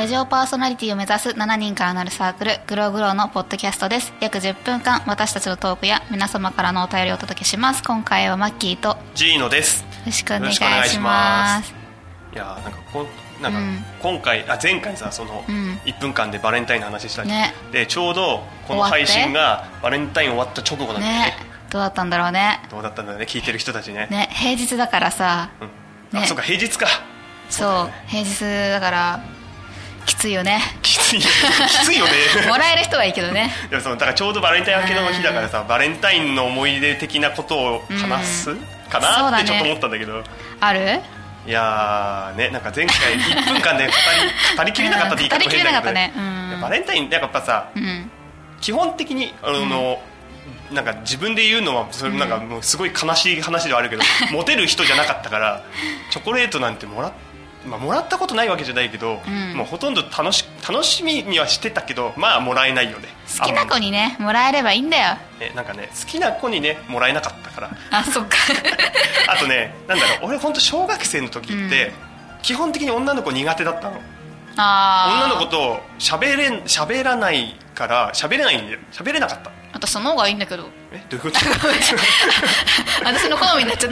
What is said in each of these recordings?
ラジオパーソナリティを目指す7人からなるサークルグローグローのポッドキャストです。約10分間私たちのトークや皆様からのお便りをお届けします。今回はマッキーとジーノです。 よろしくお願いします。 いやなんか今回前回さその1分間でバレンタインの話したり、ね、でちょうどこの配信がバレンタイン終わった直後なんだよね。 どうだったんだろうね。 どうだったんだろうね、聞いてる人たちね。 ね、平日だからさ、 ね、そうか平日か。 そう、平日だからきついよね。 きついよねもらえる人はいいけどね。 でもだからちょうどバレンタイン明けの日だからさ、バレンタインの思い出的なことを話すかなってちょっと思ったんだけど、 ある？ いやね、なんか前回1分間で語りきれなかったって言い方も変だけど、ね、バレンタインやっぱさ、基本的になんか自分で言うのはそれなんかもうすごい悲しい話ではあるけど、モテる人じゃなかったからチョコレートなんてもらったことないわけじゃないけど、もうほとんど楽しみにはしてたけど、まあもらえないよね。 好きな子にねもらえればいいんだよ。 なんかね、好きな子にねもらえなかったから。 あ、そっかあとね、なんだろう、俺本当小学生の時って、基本的に女の子苦手だったの。女の子と喋らないから喋れなかった。 私その方がいいんだけど。 どういうこと？ 私の好みになっちゃ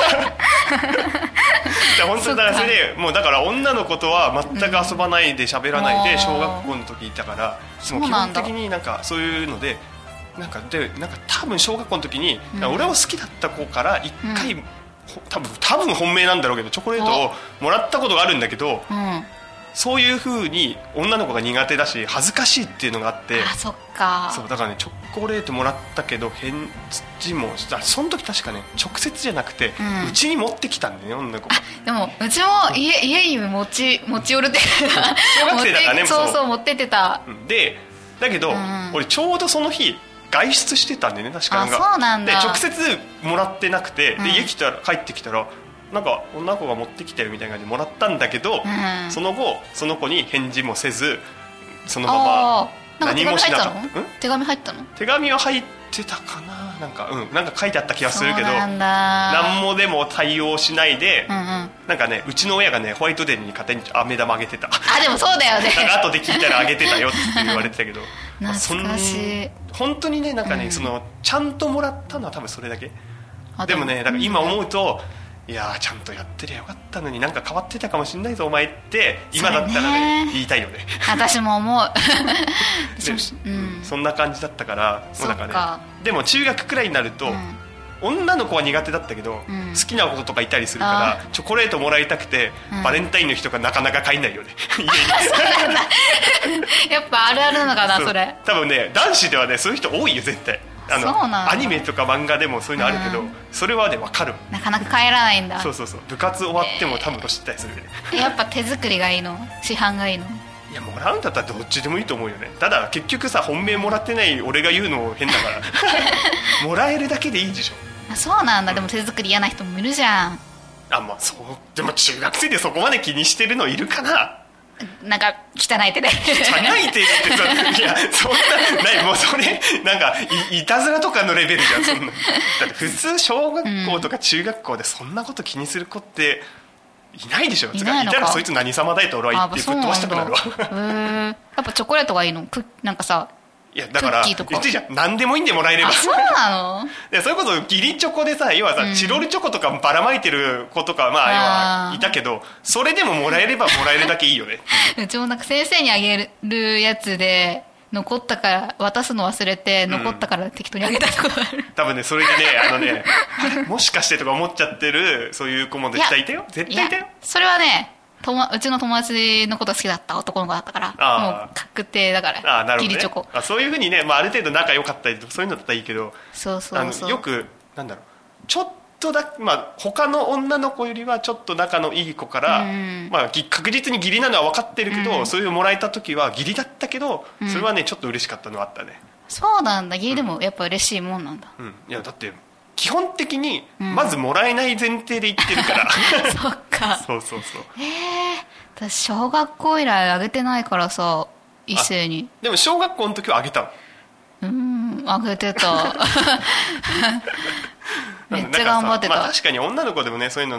った本当だからそれでもうだから女の子とは全く遊ばないで喋らないで小学校の時いたから、もう基本的になんかそういうのでなんか多分小学校の時に俺を好きだった子から一回、多分本命なんだろうけどチョコレートをもらったことがあるんだけど、そういう風に女の子が苦手だし恥ずかしいっていうのがあって。 あ、そっか。 そうだからね、チョコレートもらったけど返事もその時確かね直接じゃなくてうち、に持ってきたんだよね、女の子が。 でもうちも家に持ち寄るって小学生だからね。 そう持ってってた。 でだけど、俺ちょうどその日外出してたんでね、確かに。そうなんだ。 で直接もらってなくて、で家帰ってきたらなんか女の子が持ってきたよみたいな感じでもらったんだけど、その後その子に返事もせずそのまま何もしなかった。 手紙入ったの？ 手紙は入ってたかな。なんか書いてあった気がするけど、 何もでも対応しないで、なんかね、うちの親がねホワイトデーに勝手に飴玉あげてた。 あ、でもそうだよね。 なんか後で聞いたらあげてたよって言われてたけど懐かしい。 本当にね、なんかね、そのちゃんともらったのは多分それだけ。でもね、だから今思うと、いやちゃんとやってりゃよかったのに、なんか変わってたかもしれないぞお前って今だったらね言いたいよね。 私も思うそんな感じだったから。もうなんかね、でも中学くらいになると、女の子は苦手だったけど、好きなこととかいたりするからチョコレートもらいたくて、バレンタインの日とかなかなか買えないよね家に。 やっぱあるあるなのかなそれ。 多分ね、男子ではねそういう人多いよ絶対。アニメとか漫画でもそういうのあるけど、それはね分かる。 なかなか帰らないんだ。 そう部活終わっても多分知ったりするよね。 やっぱ手作りがいいの？市販がいいの？ いや、もらうんだったらどっちでもいいと思うよね。ただ結局さ、本命もらってない俺が言うの変だからもらえるだけでいいでしょ。 あ、そうなんだ。でも手作り嫌な人もいるじゃん。 まあそうでも中学生でそこまで気にしてるのいるかな。 なんか汚い手で汚い手ってさ、いやそんなない、もうそれなんか いたずらとかのレベルじゃんそんな。だって普通小学校とか中学校でそんなこと気にする子っていないでしょ。いたらそいつ何様だいと俺は言ってぶっ飛ばしたくなるわ。 やっぱチョコレートがいいの？なんかさ、 いやだから言ってるじゃん、何でもいいんでもらえれば。 そうなの？ でそれこそ義理チョコでさ、要はさ、チロルチョコとかばらまいてる子とかまあ要はいたけど、それでももらえればもらえるだけいいよね。うちもなんか先生にあげるやつで残ったから渡すの忘れて、残ったから適当にあげたことある。 多分ね、それでねもしかしてとか思っちゃってるそういう子も絶対いたよ。絶対いたよ。 それはね、うちの友達のこと好きだった男の子だったから、もう確定だから。 なるほどね。 義理チョコ。 そういうふうにね、ある程度仲良かったりそういうのだったらいいけど、よくなんだろう、ちょっと他の女の子よりはちょっと仲のいい子から、確実に義理なのは分かってるけど、そういうもらえた時は義理だったけど、それはねちょっと嬉しかったのはあったね。 そうなんだ。義理でもやっぱ嬉しいもんなんだ。 いやだって基本的にまずもらえない前提で言ってるから、 そっか。 そう私小学校以来あげてないからさ、異性に。 でも小学校の時はあげたの？ あげてためっちゃ頑張ってた。 確かに女の子でもねそういうのね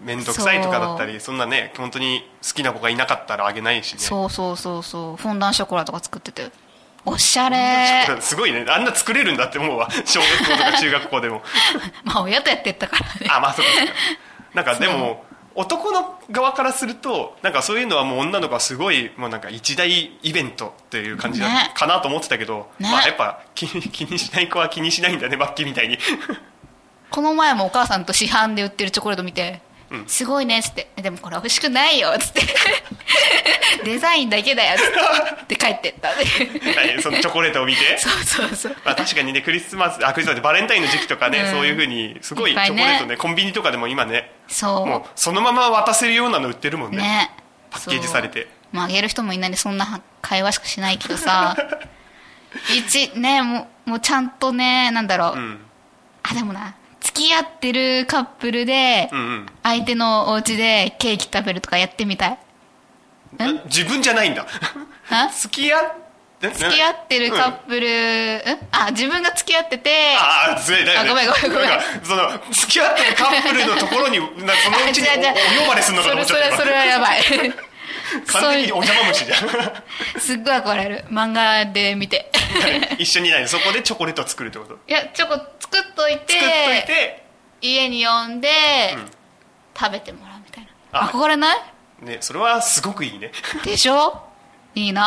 面倒くさいとかだったり、そんなね本当に好きな子がいなかったらあげないしね。 そうフォンダンショコラとか作ってておしゃれ。 すごいね、あんな作れるんだって思うわ小学校とか中学校でもまあ親とやってったからね。 あ、まあそうですか。なんかでも男の側からするとなんかそういうのはもう女の子はすごいもうなんか一大イベントっていう感じかなと思ってたけど、ね、まあ、やっぱ気にしない子は気にしないんだね、マッキーみたいにこの前もお母さんと市販で売ってるチョコレート見て、すごいねっつって、でもこれ欲しくないよっつってデザインだけだよっつって帰ってったそのチョコレートを見てそう、 まあ、確かにねクリスマスでバレンタインの時期とかね、そういう風にすごいチョコレートねコンビニとかでも今ねもうそのまま渡せるようなの売ってるもん ねパッケージされて、 まあ、あげる人もいないんでそんな会話しかしないけどさねもうちゃんとねなんだろう、あでもな付き合ってるカップルで相手のお家でケーキ食べるとかやってみたい。 自分じゃないんだ付き合ってるカップル、あ自分が付き合っててごめんその付き合ってるカップルのところにそのうちにお呼ばれするのかと思っちゃった。 それはやばい完全にお邪魔虫じゃんすっごい憧れる、漫画で見て一緒にいないそこでチョコレートを作るってこと？ いやチョコ作っといて家に呼んで、食べてもらうみたいな。憧れない？ ね、それはすごくいいねでしょ？いい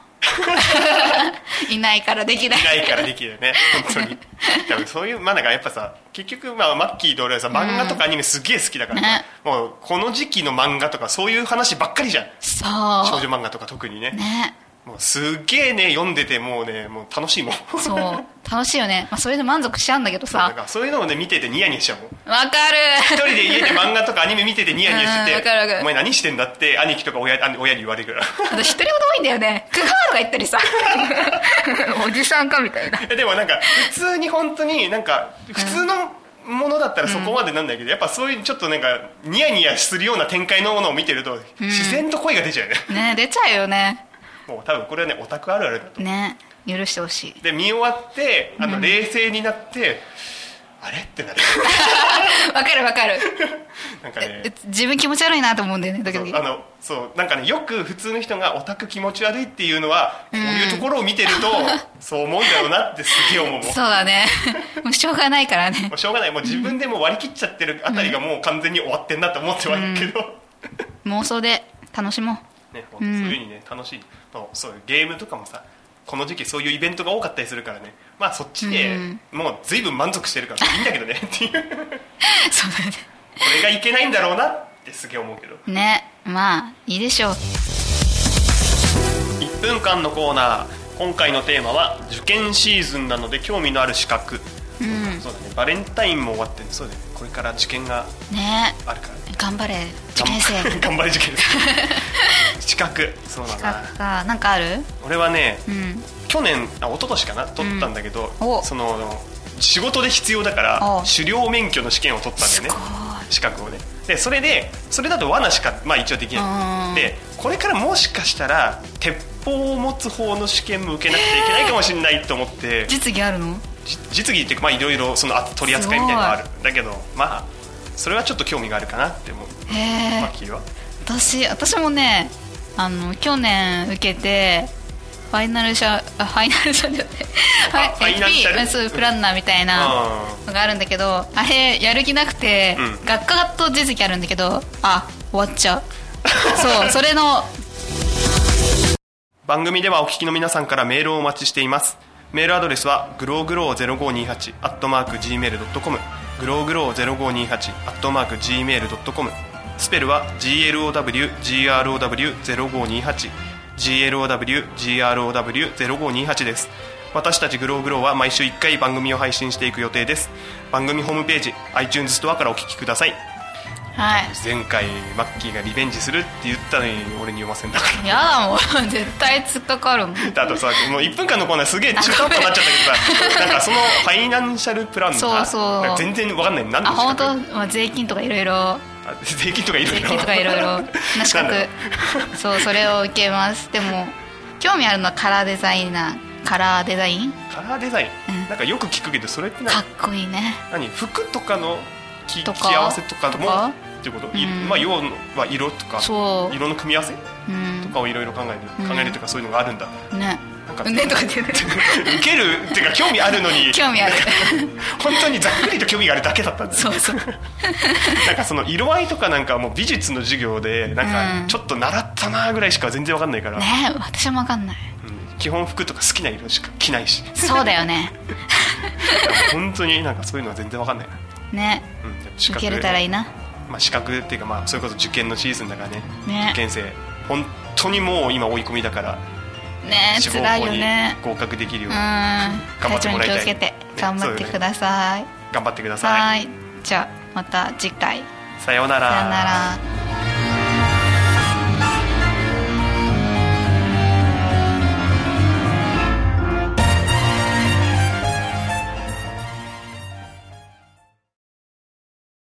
ないないからできないね本当に多分そういうまあなんかやっぱさ結局まあマッキーと俺はさ漫画とかアニメすげえ好きだから、ね、もうこの時期の漫画とかそういう話ばっかりじゃん。 そう少女漫画とか特にねもうすっげえね読んでてもう楽しいもんそう楽しいよね、まあ、それで満足しちゃうんだけどさそういうのをね見ててニヤニヤしちゃうもん。 わかる一人で家で漫画とかアニメ見ててニヤニヤしててわかるお前何してんだって兄貴とか親に言われるから私一人言多いんだよねクハーとか言ったりさおじさんかみたいな。 でもなんか普通に本当になんか普通のものだったらそこまでなんだけど、やっぱそういうちょっとなんかニヤニヤするような展開のものを見てると自然と声が出ちゃうよね。 ね出ちゃうよね。もう多分これはねオタクあるあるだとね許してほしい。 で見終わって冷静になってあれってなるわかるなんかね自分気持ち悪いなと思うんだよね時々。 そうなんかねよく普通の人がオタク気持ち悪いっていうのはこういうところを見てるとそう思うんだろうなってすげえ思う。 そうだねもうしょうがないからね。 もうしょうがない、もう自分でもう割り切っちゃってるあたりがもう完全に終わってんなって思ってはいるけど、 妄想で楽しもうね、そういう風にね楽しい。そういうゲームとかもさこの時期そういうイベントが多かったりするからね、まあそっちでもう随分満足してるからいいんだけどねっていうそうだねこれがいけないんだろうなってすげえ思うけどね。まあいいでしょう。 1分間のコーナー、今回のテーマは受験シーズンなので興味のある資格、そうだね、バレンタインも終わってそうだね、これから受験があるから、ね、 頑張れ受験生頑張れ受験生資格、そうだな。資格かなんかある？ 俺はね、去年一昨年かな取ったんだけど、その仕事で必要だから狩猟免許の試験を取ったんだよね、資格をね。でそれだと罠しか、まあ、一応できないで、これからもしかしたら鉄砲を持つ方の試験も受けなくちゃいけないかもしれないと思って。 実技あるの？ 実技っていうか、まあ、いろいろその取り扱いみたいなのがある。だけどまあそれはちょっと興味があるかなって思う。マッキーは？ 私もね去年受けてファイナルシャFPプランナーみたいなのがあるんだけど、あれやる気なくて、学科と実技あるんだけど終わっちゃうそうそれの番組ではお聞きの皆さんからメールをお待ちしています。メールアドレスはグローグロー0528 @gmail.com グローグロー0528 @gmail.com スペルは glowgrow0528 glowgrow0528 です。私たちグローグローは毎週1回番組を配信していく予定です。番組ホームページ iTunes ストアからお聞きください。 はい、 前回マッキーがリベンジするって言ったのに俺に読ませんだからやだもん絶対突っかかるもん。 あとさもう1分間のコーナーすげえ中途半端になっちゃったけどさなんかそのファイナンシャルプランナーそう全然分かんない。何の資格？ 本当、税金とかいろいろ税金とかいろいろな資格そうそれを受けます。でも興味あるのはカラーデザイン、 なんかよく聞くけどそれってかっこいいね。 何服とかの着合わせとかもっていうこと、まあ、要は色とか色の組み合わせとかをいろいろ考えるというか、そういうのがあるんだね。 なんかねとか言って受けるっていうか興味あるのに興味ある本当にざっくりと興味があるだけだったんですよ。 そうなんかその色合いとかなんかもう美術の授業でなんかちょっと習ったなぐらいしか全然わかんないから、 ね、私もわかんない、 基本服とか好きな色しか着ないし。 そうだよね本当になんかそういうのは全然わかんないなね、受けれたらいいな。 まあ、資格っていうか、まあそれこそ受験のシーズンだからね、 受験生本当にもう今追い込みだからね、 志望校に合格できるように頑張ってもらいたい。 体調に気をつけて頑張ってください、 頑張ってください。 はい、じゃあまた次回。 さようなら。 さようなら。